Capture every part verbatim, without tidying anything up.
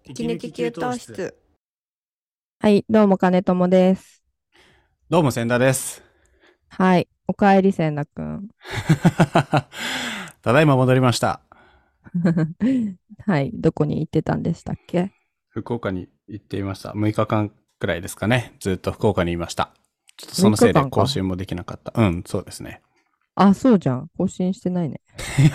息抜き給湯室。 はい、どうも金友です。 どうも千田です。 はい、おかえり千田くん。 ただいま戻りました。 はい、どこに行ってたんでしたっけ？ 福岡に行っていました。むいかかんくらいですかね。ずっと福岡にいました。ちょっとそ 6 のせいで日間か。 更新もできなかった。うん、そうですね。 あ、そうじゃん。更新してないね。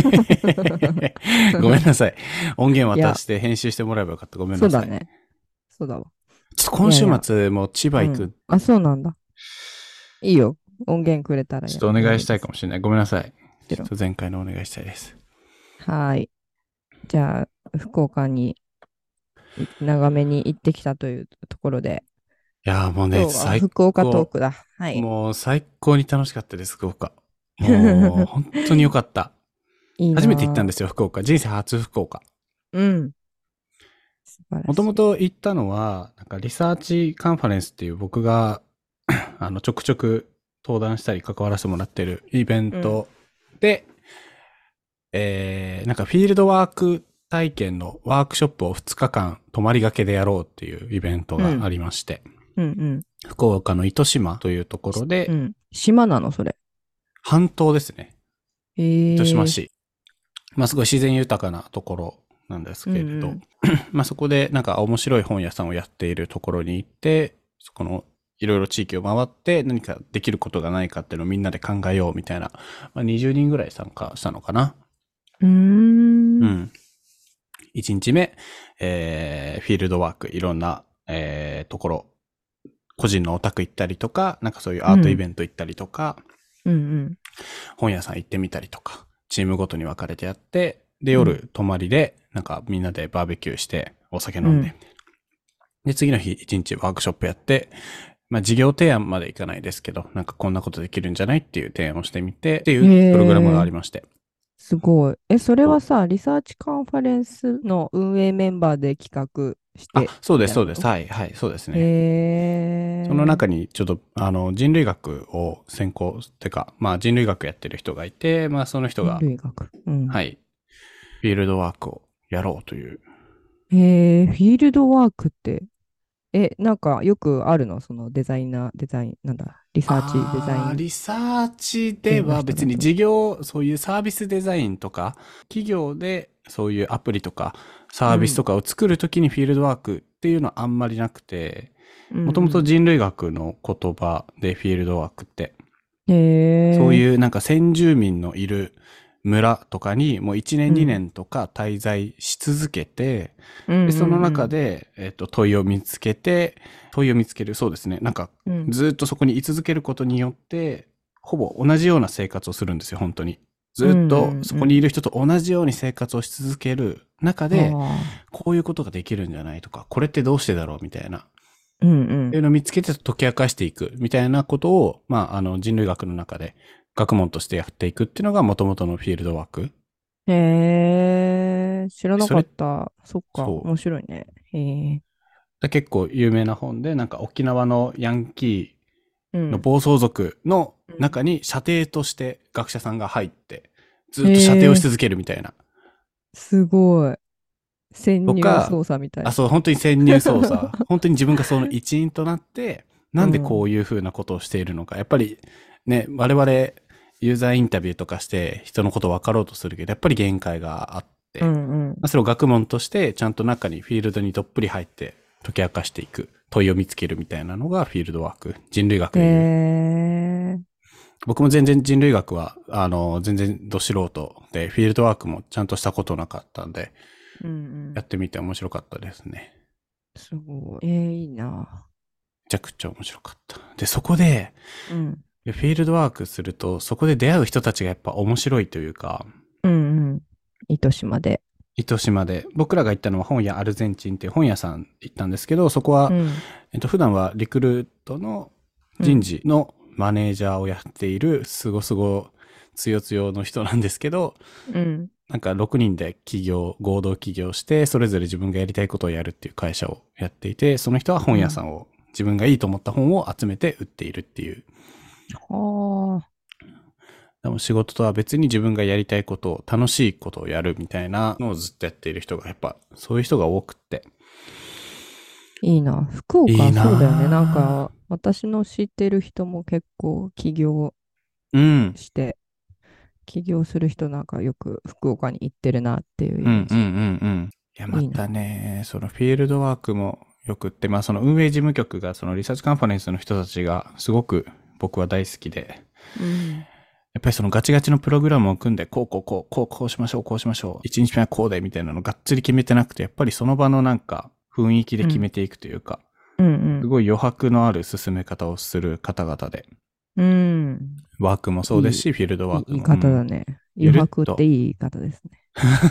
ごめんなさい。音源いや、 渡して編集してもらえばよかった。ごめんなさい。 そうだね。そうだわ。 ちょっと今週いやいや、 末も千葉うん。 行く。 あ、そうなんだ。いいよ。音源くれたらちょっや、 とお願いしたやるです。 いかもしれない。ごめんなさい。 もちろん。 ちょっと前回のお願いしたいです。 はい。じゃあ、福岡にい長めに行ってきたというところで、 いやーもうね、 今日は最福岡トー高。 クだ。はい。 もう最高に楽しかったです、福岡。もう本当に良かった。 いい初めて行ったんなですよ、福岡。人生初福岡。 ぁ。うん。素晴らもともしい。 と行ったのは、なんかリサーチカンファレンスっていう僕が、あの、ちょくちょく登壇したり関わらせてもらってるイベンうん。 トで、えー、なんかフィールドワーク体験のワークショップをふつかかん泊まりがけでやろうっていうイベントうん。 がありまして、 うん。うん。 福岡の糸島というところで、 うん。島なの、それ。 半島ですね。糸島へえ。 市。まあすごい自然豊かなところなんですうんけれど、 うん。 まあそこでなんか面白い本屋さんをやっているところに行って、そこのいろいろ地域を回って何かできることがないかっていうのをみんなで考えようみたいな、まあ、にじゅうにんぐらい参加したのかな。 うーん。 うん。いちにちめ、えー、フィールドワーク、いろんな、えー、ところ、個人のお宅行ったりとか、なんかそういうアートイうん。 ベント行ったりとか、 うん。 本屋さん行ってみたりとか、チームごとに分かれてやって、で、 うん。 夜泊まりで、なんかみんなでバーベキューして、お酒飲んで、 うん。 で、次の日いちにちワークショップやって、まあ事業提案までいかないですけど、なんかこんなことできるんじゃないっていう提案をしてみて、っていへうプログラムがありえ。 まして。 すごい。え、それそう。 はさ、リサーチカンファレンスの運営メンバーで企画してあ、そうです、そうです。 みたいなこと？ はい、はい、そうですへね。そのえ。 中にちょっと、あの、人類学を専攻、てか、まあ人類学やってる人がいて、まあその人人が、 類学。うん。 はい、フィールドワークをやろうという。 へえ、フィールドワークって、え、なんかよくあるの？そのデザイナー、デザイン、なんだ、リサーチデザイあー、 ンリサーチで系のは別に人だと。 事業、そういうサービスデザインとか、企業でそういうアプリとかサービスとうん。 かを作るときにフィールドワークっていうのはあんまりなくて、 うんもともとうん。 人類学の言葉でフィールドワークって、 へえ。 そういうなんか先住民のいる村とかにもういちねんうん。 にねんとか滞在し続けて、 うんで、そのうん中で、えっと、問いを見つけて、問いを見つける。そうですね。なんか、 うん。 ずっとそこに居続けることによって、ほぼ同じような生活をするんですよ、本当に。 うん。 ずっとうんうんそこにいる人と同じように生活をし続ける中うん。 で、 ああ。 こういうことができるんじゃないとか、これってどうしてだろうみたいな。っうんうん。 ていうのを見つけて解き明かしていくみたいなことを、まあ、あの、人類学の中で学問としてやっていくっていうのが元々のフィールドワーク。 へえ。知らなかそれ、 った。そっか。 そう。 面白いね。へえ。 結構有名な本で、なんか沖縄のヤンキーのうん。 暴走族のうん。 中に射程として学者さんが入って、ずっと射程へえ。 をし続けるみたいな。 すごい。潜入とか、 捜査みたあ、 い。 そう、本当に潜入捜査。本当に自分がその一員となって、なんでこうん。 ういう風なことをしているのか。やっぱりね、我々ユーザーインタビューとかして人のことを分かろうとするけど、やっぱり限界があっうて、 んうん。 それを学問としてちゃんと中にフィールドにどっぷり入って解き明かしていく。問いを見つけるみたいなのがフィールドワーク。人類学へでいう。 え。 僕も全然人類学は、あの、全然ど素人で、フィールドワークもちゃんとしたことなかったんで、 うんうん。 やってみて面白かったですね。 すごい。えー、いいな。 めちゃくちゃ面白かった。で、そこで、 うん。 フィールドワークすると、そこで出会う人たちがやっぱ面白いというか、 うんうん。糸島で。 糸島で、僕らが行ったのは本屋アルゼンチンっていう本屋さん行ったんですけど、そこは、 うん。 えっと、普段はリクルートの人うん。 事のマネージャーをやっている、すごすご強強の人なんですけど、 うん。 なんかろくにんで起業、合同起業して、それぞれ自分がやりたいことをやるっていう会社をやっていて、その人は本屋さんを、自分がいいと思った本を集めて売っているっていう。 はあ。 でも仕事とは別に自分がやりたいことを、楽しいことをやるみたいなのをずっとやっている人が、やっぱそういう人が多くって。 いいな。福岡、 いいなぁ。 そうだよね。なんか、私の知ってる人も結構起業うん。 して、起業する人なんかよく福岡に行ってるなっていうイうんうんうんメージ。 うん。いや、まいいな。 たね、そのフィールドワークもよくって、まあその運営事務局が、そのリサーチカンファレンスの人たちがすごく僕は大好きで、 うん。 やっぱりそのガチガチのプログラムを組んで、こうこうこう、こうこうしましょう、こうしましょう。一日目はこうで、みたいなのがっつり決めてなくて、やっぱりその場のなんか雰囲気でうん。 決めていくというか、 うん。 すごい余白のある進め方をする方々で、 うん。 ワークもそういい、 ですし、フィールドいい言いワークも、うん。 方だね。余ゆるっ白ってと。 いい言い方ですね。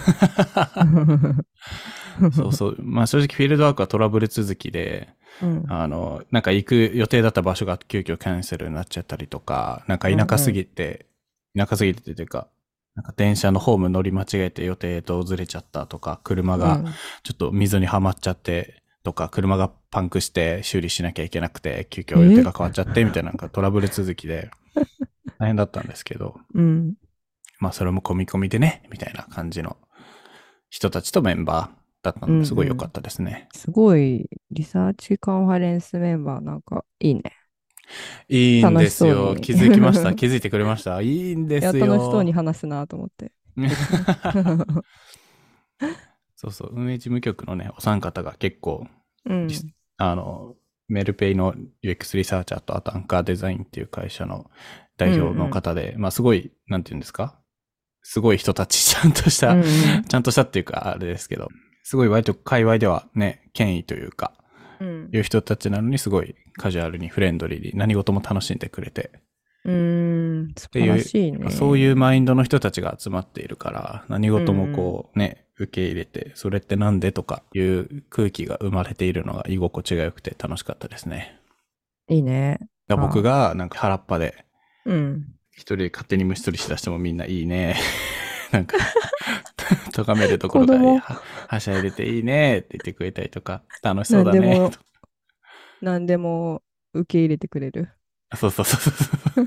そうそう。まあ正直フィールドワークはトラブル続きで、 うん。 あの、なんか行く予定だった場所が急遽キャンセルになっちゃったりとか、なんかうん。 田舎すうん。 ぎて、田舎すぎてというか、なんか電車のホーム乗り間違えて予定とずれちゃったとか、車がうん。 ちょっと溝にはまっちゃってとか、車がパンクして修理しなきゃいけなくて、急遽予定えが変わっちゃってみたいななんかトラブル続きで大変だったんですけど、 うん。 まあそれも込み込みでね、みたいな感じの人たちとメンバーだったうん。 のですごい良かっうん。 たですね。 すごい、リサーチカンファレンスメンバーなんかいいね。 いいん楽しですよ。 そうに。 気づきました。気づいてくれました。いいんでいや、 す楽しそうによ。 話すなと思って。別に。 そうそう。運営事務局のね、お三方が結構、 うん。 あの、メルペイの ユーエックス リサーチャーと、あとアンカーデザインっていう会社のうん。 代表のうん。 方で、まあすごい、なんていうんですか、すごい人たち、ちゃんとしうた、 ん。 ちゃんとしたっていうか、あれですけど、すごい割と界隈ではね、権威というか、 うん。 いう人たちなのにすごいカジュアルにフレンドリーに何事も楽しんでくれて、 うーん。素晴らっていう、 しいやっぱそういうね。 マインドの人たちが集まっているから、何うん。 事もうん。 こうね、受け入れて、それってなんでとかいう空気が生まれているのが居心地が良くて楽しかったですね。 いいね。 だ僕あ、 がなんか腹っぱでうん。 一人で勝手に虫取りしだしてもみんないいね。なんか、咎めるところから子供、 ははしゃいでていいねって言ってくれたりとか、楽しそうだね。 何でも、 と何でも受け入れてくれる。 そうそうそうそう。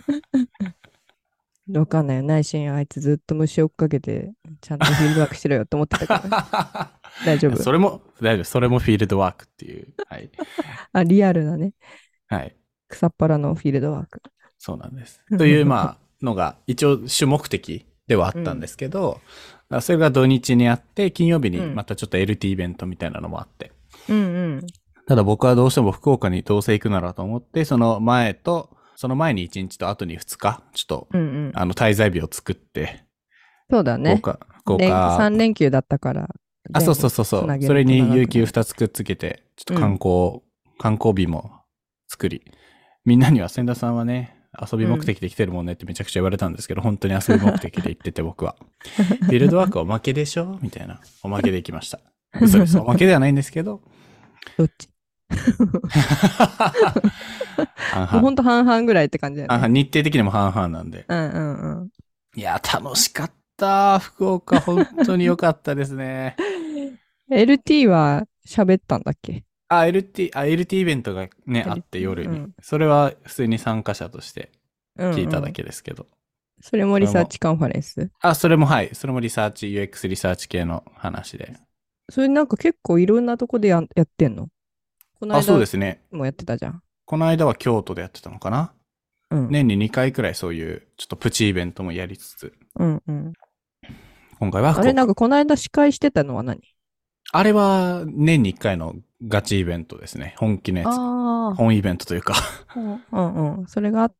わかんないよ。内心あいつずっと虫追っかけて、ちゃんとフィールドワークしろよって思ってたからね。大丈夫。 それも、大丈夫。それもフィールドワークっていう。はい。 あ、リアルなね。 はい。 草っぱらのフィールドワーク。 そうなんです。という、まあ、のが、一応主目的ではあったんでうん。 すけど、それが土日にあって、金曜日うん。 にまたちょっと エルティー イベントみたいなのもあって。 うん。 ただ僕はどうしても福岡にどうせ行くならと思って、その前と、その前にいちにちと後にふつか、ちょっと、 うん。うん。 あの、滞在日を作って、 そうだね。 福岡、福連、 岡、 さん連休だったから、 あ、そう前後そうそうそう。 つなげるとそれに有給長くなる。 ふたつくっつけて、ちょっとうん。 観光、観光日も作り、みんなには千田さんはね、遊びうん。 目的で来てるもんねってめちゃくちゃ言われたんですけど、本当に遊び目的で行ってて僕は。フィールドワークはおまけでしょみたいな。おまけで行きました。嘘です。おまけではないんですけど。 どっち？ 半もうほん 々。 と半々ぐらいって感じだよ半々。 ね。 日程的にも半々なんで。 うんうんうん。 いや、楽しかった。福岡、本当に良かったですね。 エルティー は喋ったんだっけ？ あ、エルティー、あ、エルティー イベントがね、あってエルティー、 夜に。 うん。 それは普通に参加者としてうんう聞いただん。 けですけど。 それもリそれも、 サーチカンファレンス？ あ、それもはい。それもリサーチ、ユーエックス リサーチ系の話で。 それなんか結構いろんなとこでや、やってんの？このあ、そう間ですね。 もやってたじゃん。 この間は京都でやってたのかな。 うん。 年ににかいくらいそういうちょっとプチイベントもやりつつ、 うんうん。 今回は福岡。 あれなんかこの間司会してたのは何？ あれは年にいっかいのガチイベントですね。本気のやつ。 ああ本イベントというかー、うんうんうん。それがあって、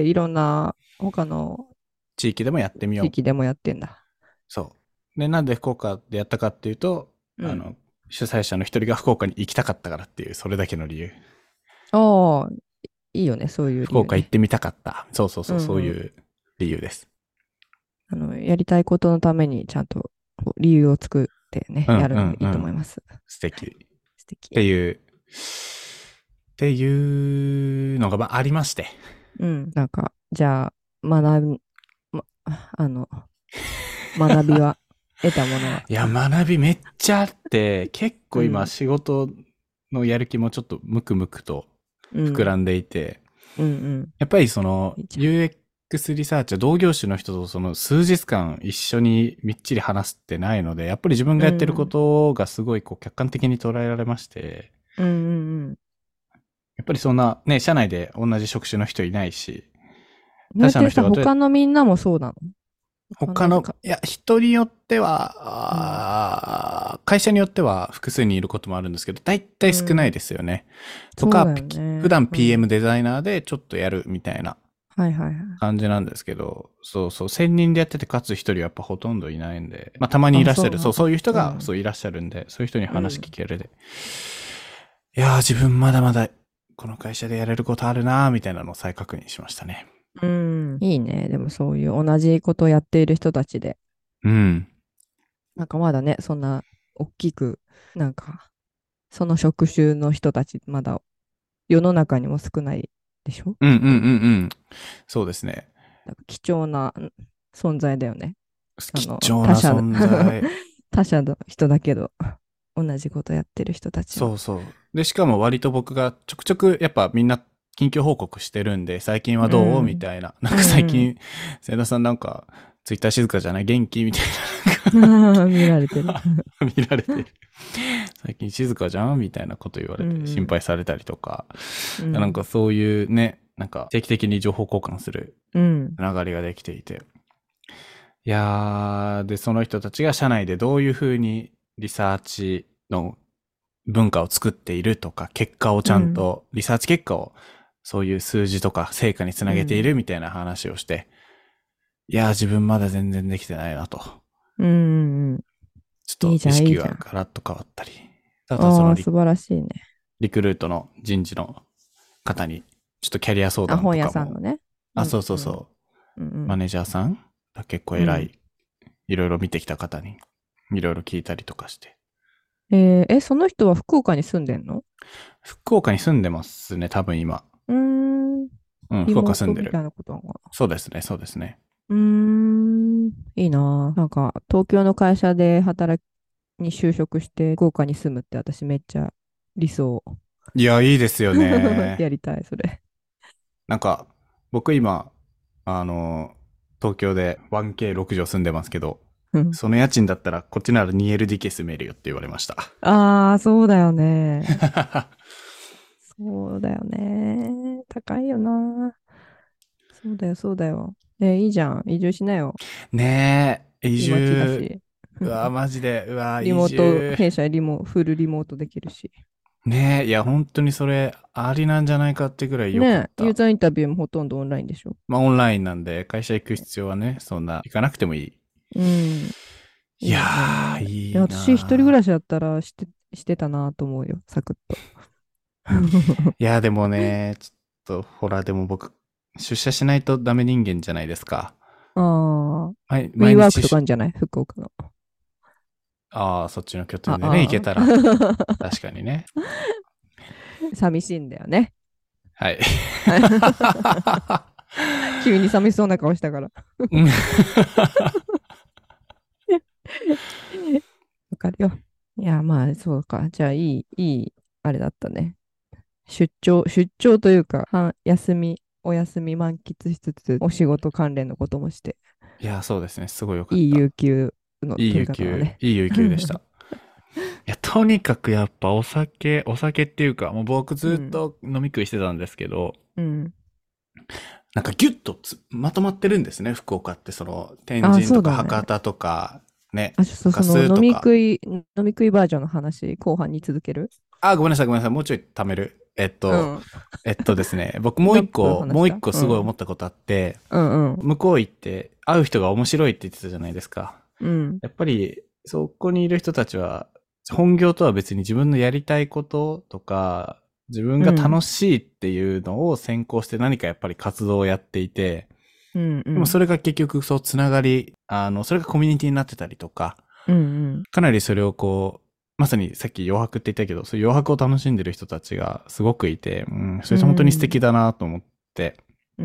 いろんな他の地域でもやってみよう。 地域でもやってんだ。 そう。で、なんで福岡でやったかっていうと、 うん。 あの、主催者の一人が福岡に行きたかったからっていう、それだけの理由。 ああ、いいよね、そういう理福由ね。 岡行ってみたかった。そうそうそう、そううんうん。 いう理由です。 あの、やりたいことのためにちゃんとこう理由を作ってね、 うんうやるのいいと思いんうん。 ます。 素敵。っ素敵。 ていう、っていうのがまあありまして。 うん、なんか、じゃあ、学び、ま、あの、学びは、得たものは。 いや、学びめっちゃあって、結構今うん、 仕事のやる気もちょっとムクムクとうん、 膨らんでいて、 うん、うん。 やっぱりそのいいじゃユーエックス、 クスリサーチは同業種の人とその数日間一緒にみっちり話すってないので、やっぱり自分がやってることがすごいこう客観的に捉えられまして、 うんうんうん。 やっぱりそんなね、社内で同じ職種の人いないし、 それってさ、 他社の人がどうやっ他のみんなもそうなの？ 他の、 か、 いや、人によってうんは、あー会社によっては複数にいることもあるんですけど、大体少ないうん、 ですよね。とか、 そうだよピね。 普段うん。 ピーエム デザイナーでちょっとやるみたいなはいはいはい。 感じなんですけど、そうそう、専任でやっててかつ一人はやっぱほとんどいないんで、まあたまにいあ、 らっしゃる、そう、 そうなんだ。 そういう人がうん。 そういらっしゃるんで、そういう人に話聞うん。 けるで。いやー、自分まだまだこの会社でやれることあるなーみたいなのを再確認しましたね。 うん。いいね。でもそういう同じことをやっている人たちで。 うん。 なんかまだね、そんな大きく、なんか、その職種の人たち、まだ世の中にも少ないでしょうんうんうんうきっと。 ん。そうですね。 なんか貴重な存在だよね。あ貴の、 重な他社の存在。 他社の人だけど、同じことやってる人たちは。 そうそう。で、しかも割と僕がちょくちょくやっぱみんな近況報告してるんで、最近はうどうみん。 たいな。なんうか最ん。 近、千田さんなんか、ツイッター静かじゃない元気みたい見られてる。 な見られてる。最近静かじゃんみたいなこと言われて心うん配されたりとか、 うん。 なんかそういうね、なんか定期的に情報交換するうん。 流れができていて。いやー、で、その人たちが社内でどういうふうにリサーチの文化を作っているとか、結果をちゃんうん。 と、リサーチ結果をそういう数字とか成果につなげているみたいな話をして、いやー自分まだ全然できてないなと。 うん。うん。 ちょっいいじゃん、いと意識いじゃん。 がガラッと変わったり。ただそああ、 のリ素晴らしいね。 リクルートの人事の方に、ちょっとキャリア相あ、 談本とかも、 屋さんのね。うあ、 ん。 そうそううん。 そう、 うん。 マネージャーさん結構うん。 偉い、いろいろ見てきた方に、いろいろ聞いたりとかして。 えーえ、その人は福岡に住んでんの？ 福岡に住んでますね、多分今。 うーん。 うん、 リ福岡モートみた住んでる。 いなことなのかそうですね、そうですね。 な。うーん。いいなぁ。なんか、東京の会社で働きに就職して福岡に住むって私めっちゃ理想。 いや、いいですよね。 やりたい、それ。 なんか、僕今、あの、東京で ワンケーろく 畳住んでますけど、 うん。 その家賃だったらこっちなら ツーエルディーケー 住めるよって言われました。 ああ、そうだよね。そうだよね。高いよな。そうだよ、そうだよ。えーいいじゃん。移住しなよ。 ねえ、移いい街だ住。 し。 うわ、マジで、うわ、移リモート、 住。 弊社リモ、フルリモートできるし。 ねえ、いや、本当にそれ、ありなんじゃないかってぐらい良かっねえ、ユーた。 ザーインタビューもほとんどオンラインでしょ。 まあ、オンラインなんで、会社行く必要はね、そんな、行かなくてもいい。 うん。 いやいいよー、 ね。え、 いい私、一人暮ならしだったらして、してたなと思うよ。サクッと。 ー。いや、でもね、ちょっと、ほら、でも僕、出社しないとダメ人間じゃないですか。 ああ、 毎ウィーワークとかあ毎日し、 るんじゃない福岡の。 ああ、そっちの拠あ、 点でね、行けあたら、確かにね。 あ、寂しいんだよね。 はい。 急に寂しそうな顔したから。 うんわかるよ。いや、まあ、そうか。じゃあ、いい、いい、あれだったね。出張、出張というか、は休み、お休み満喫しつつ、お仕事関連のこともして、 いや、そうですね、すごい良かっいいた。 有給のいい取り有給、 方だね。 いい有給でした。いや、とにかくやっぱお酒、お酒っていうか、もう僕ずっうん。 と飲み食いしてたんですけど、 うん。 なんかギュッとつまとまってるんですね、福岡って。その、天あ、 神とかそうだね。 博多とか、ね、 あ、ちょっとそ中の飲み洲とか。 食い、飲み食いバージョンの話、後半に続ける？ あ、ごめんなさい、ごめんなさい。もうちょい貯める。えっと、 うん。 えっとですね、僕もう何分一個、もう一個話した？うん。 すごい思ったことあって、 うんうん。 向こう行って会う人が面白いって言ってたじゃないですか。 うん。 やっぱり、そこにいる人たちは、本業とは別に自分のやりたいこととか、自分が楽うん。 しいっていうのを先行して何かやっぱり活動をやっていて、 うんうん。 でもそれが結局そうつながり、あの、それがコミュニティになってたりとか、 うんうん。 かなりそれをこう、まさにさっき余白って言ったけど、そういう余白を楽しんでる人たちがすごくいて、うん、そうれ本当に素ん敵だなと思って、 うん。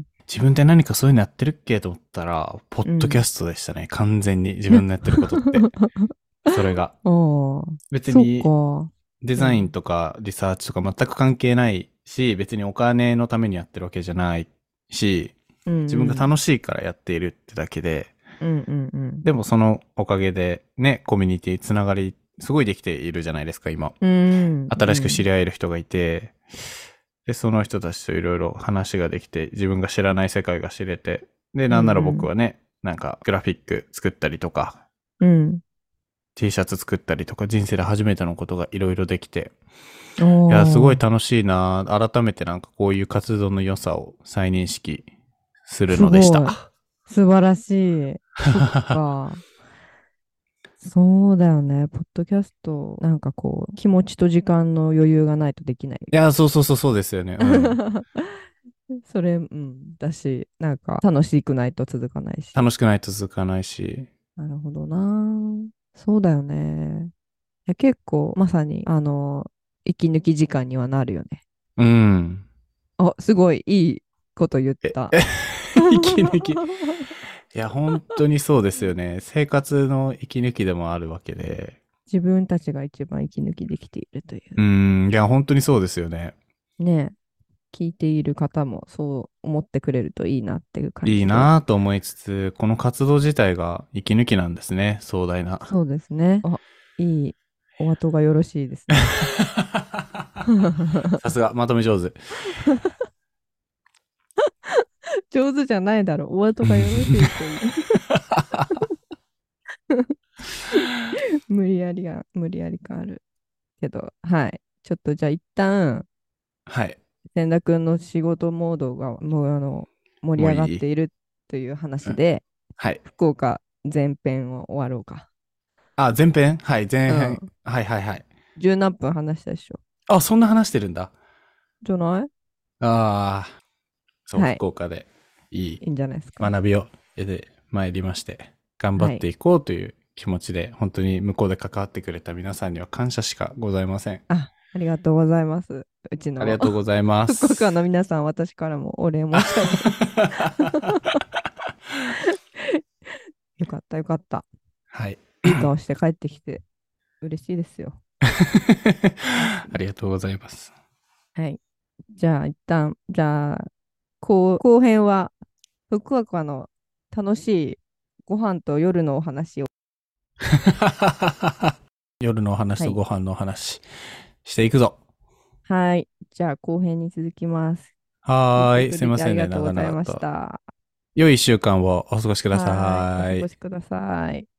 自分って何かそういうのやってるっけと思ったら、ポッうん。 ドキャストでしたね。完全に自分のやってることって。それが。 ああ、そっ別にか。 デザインうん。 とかリサーチとか全く関係ないし、別にお金のためにやってるわけじゃないし、 うん、 自分が楽しいからやっているってだけで、 うんうんうん。 でもそのおかげでね、コミュニティつながりすごいできているじゃないですか、今。 うん、 新しく知り合える人がいて、で、その人たちといろいろ話ができて、自分が知らない世界が知れて、で、なんなら僕はね、なんかグラフィック作ったりとか、 うん。 T シャツ作ったりとか、人生で初めてのことがいろいろできて、 おいや、すごいー、 楽しいな。改めてなんかこういう活動の良さを再認識するすのでしごい。 た。 素晴らしい。そっか。そうだよね。ポッドキャスト、なんかこう、気持ちと時間の余裕がないとできない。 いや、そうそうそうそうですよね。うん。 それ、うん、だし、なんか楽しくないと続かないし。 楽しくないと続かないし。 なるほどな。そうだよね。いや、結構、まさに、あの、息抜き時間にはなるよね。 うん。 あ、すごいいいこと言っえ、 た。 え息抜き。いや、本当にそうですよね。生活の息抜きでもあるわけで。 自分たちが一番息抜きできているという。 うん。いや、本当にそうですよね。 ねえ、聞いている方もそう思ってくれるといいなっていう感いいじで。 なぁと思いつつ、この活動自体が息抜きなんですね。壮大な。 そうですね。あ、いい、お後がよろしいですね。 さすが、まとめ上手。 上手じゃないだろう。お後がよろしいという。無理やりが、無理やり感あるけど、はい。ちょっとじゃあ一旦、 はい。 千田君の仕事モードがもうあの盛り上がっもういい。 ているといううん。 話で、 はい。 福岡前編を終わろうか。 あ、前編はい、前編。 うん。 はいはいはい。 十何分話したでしょ。 あ、そんな話してるんだ。 じゃない？ ああ、そう、 はい。 福岡でいいいいんじゃないですか。 学びを得てまいりまして、頑張はい。 っていこうという気持ちで、本当に向こうで関わってくれた皆さんには感謝しかございません。 あ、ありがとうございます。うちのありがとうございま福岡のす。 皆さん、私からもお礼申し上げます。よかった、よかった。 はい。 いい顔して帰ってきて嬉しいですよ。 ありがとうございます。 はい。じゃあ、一旦、じゃあ、後、後編は、福岡の楽しいご飯と夜のお話を。 夜のお話はい。 とご飯のお話していくぞ。 はい。じゃあ、後編に続きます。聞いはーい。 てくれてありすいませんね。長がとうございまし 々と。 た。 良い一週間をお過ごしくだはい。おさい。 過ごしください。